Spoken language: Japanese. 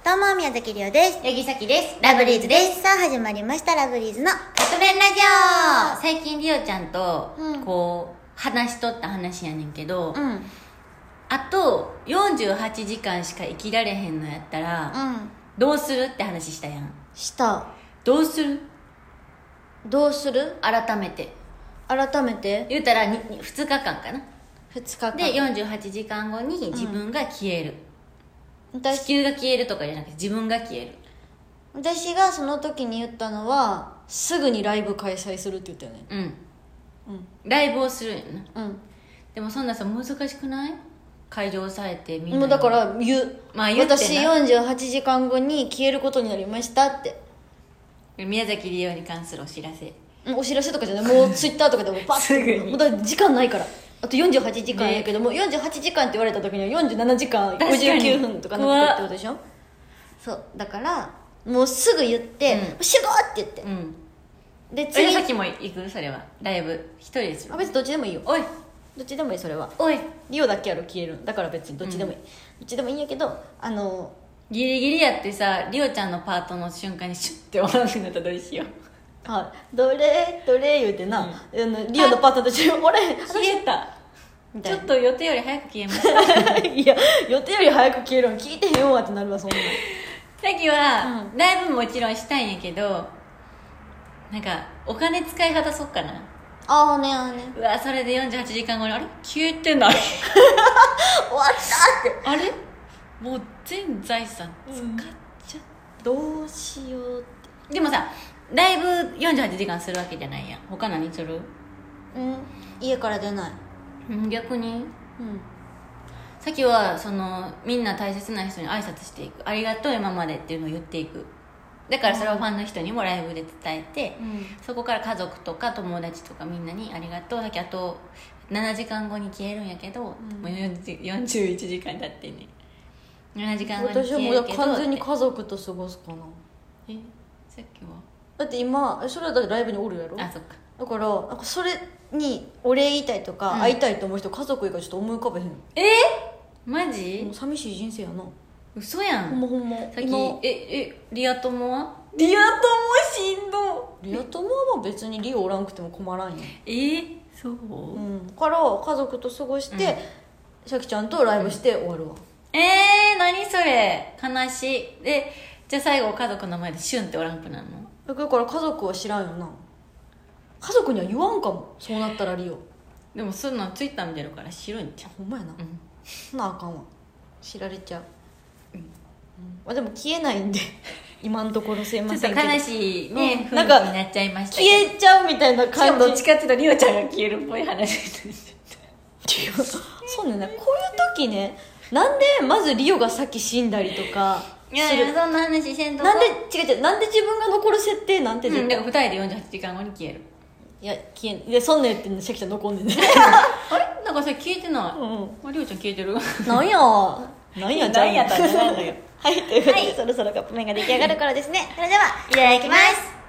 どうも、宮崎りおです。 八木咲です。 ラブリーズです。さあ、始まりました、ラブリーズのカップ麺ラジオ。最近りおちゃんと、話しとった話やねんけど、あと48時間しか生きられへんのやったら、どうするって話したやん。 した。 どうする改めて言うたら2日間かな。 2日間で48時間後に自分が消える、地球が消えるとかじゃなくて自分が消える。 私がその時に言ったのは、すぐにライブ開催するって言ったよね。 ライブをするんやな。 でもそんなさ、難しくない？会場されてみんなもうだから言う、 言って私48時間後に消えることになりましたって。 宮崎りおに関するお知らせ。 お知らせとかじゃない、もうツイッターとかでもパッすぐにもうだから時間ないから、あと48時間やけども、48時間って言われた時には47時間59分とかなってるってことでしょ。そうだからもうすぐ言って「集合!」って言って、で次さっきも行く？それはライブ一人でする？ 別にどっちでもいいよ。 おい、 どっちでもいい。それはおい、 リオだけやろ消えるんだから別にどっちでもいい、どっちでもいいんやけど、 ギリギリやってさ、りおちゃんのパートの瞬間にシュッて終わらなくなったらどうしよう。 どれ言うてな、リオのパートと一緒に「俺消えた」 みたいな。 ちょっと予定より早く消えましたいや予定より早く消えるの聞いてへんわってなるわ、そんな。 さっきは、ライブもちろんしたいんやけど、なんかお金使い果たそっかな。うわ、それで48時間後にあれ消えてない終わったってあれもう全財産使っちゃった、 どうしようって。 でもさ、ライブ48時間するわけじゃないやん。他何する？ 家から出ない。 逆に、さっきはみんな大切な人に挨拶していく、ありがとう今までっていうのを言っていく。だからそれをファンの人にもライブで伝えて、そこから家族とか友達とかみんなにありがとう。さっきあと7時間後に消えるんやけど、もう41時間経ってね。7時間後に消えるけど、 私はもう完全に家族と過ごすかな。 さっきはだって今それはだってライブにおるやろ。 あ、そっか。 だからなんかそれにお礼言いたいとか、会いたいと思う人家族以外ちょっと思い浮かべへん。 マジ？ もう寂しい人生やな。 嘘やん。 ほんまさっきリア友は？ リア友しんど。リア友は別にリオおらんくても困らんやん。 そう？ から家族と過ごして、さきちゃんとライブして終わるわ。 何それ悲しい。でじゃあ最後家族の前でシュンっておらんくなるの？ だから家族は知らんよな。家族には言わんかも、そうなったらリオ。 でもそんなんツイッター見てるから知るんちゃう？ ほんまやな。なあかんわ、知られちゃう。でも消えないんで今のところすいませんけど、 ちょっと悲しいね、 なんか雰囲気になっちゃいましたけど、 消えちゃうみたいなしか感じ。 もどっちかっていうとリオちゃんが消えるっぽい話になっちゃった。 そうね、こういう時ね、なんでまずリオが先死んだりとかする。 いやそんな話せんとこ。 なんで違うなんで自分が残る設定なんて絶対、 だから2人で48時間後に消える。 いや消えんで、そんなん言ってんのシャキちゃん残んねんねあれなんかそれ消えてない。リオちゃん消えてる。 なんやじゃんなんやったんじゃないのよ。 はい、ということで、そろそろカップ麺が出来上がるからですね。それではいただきます。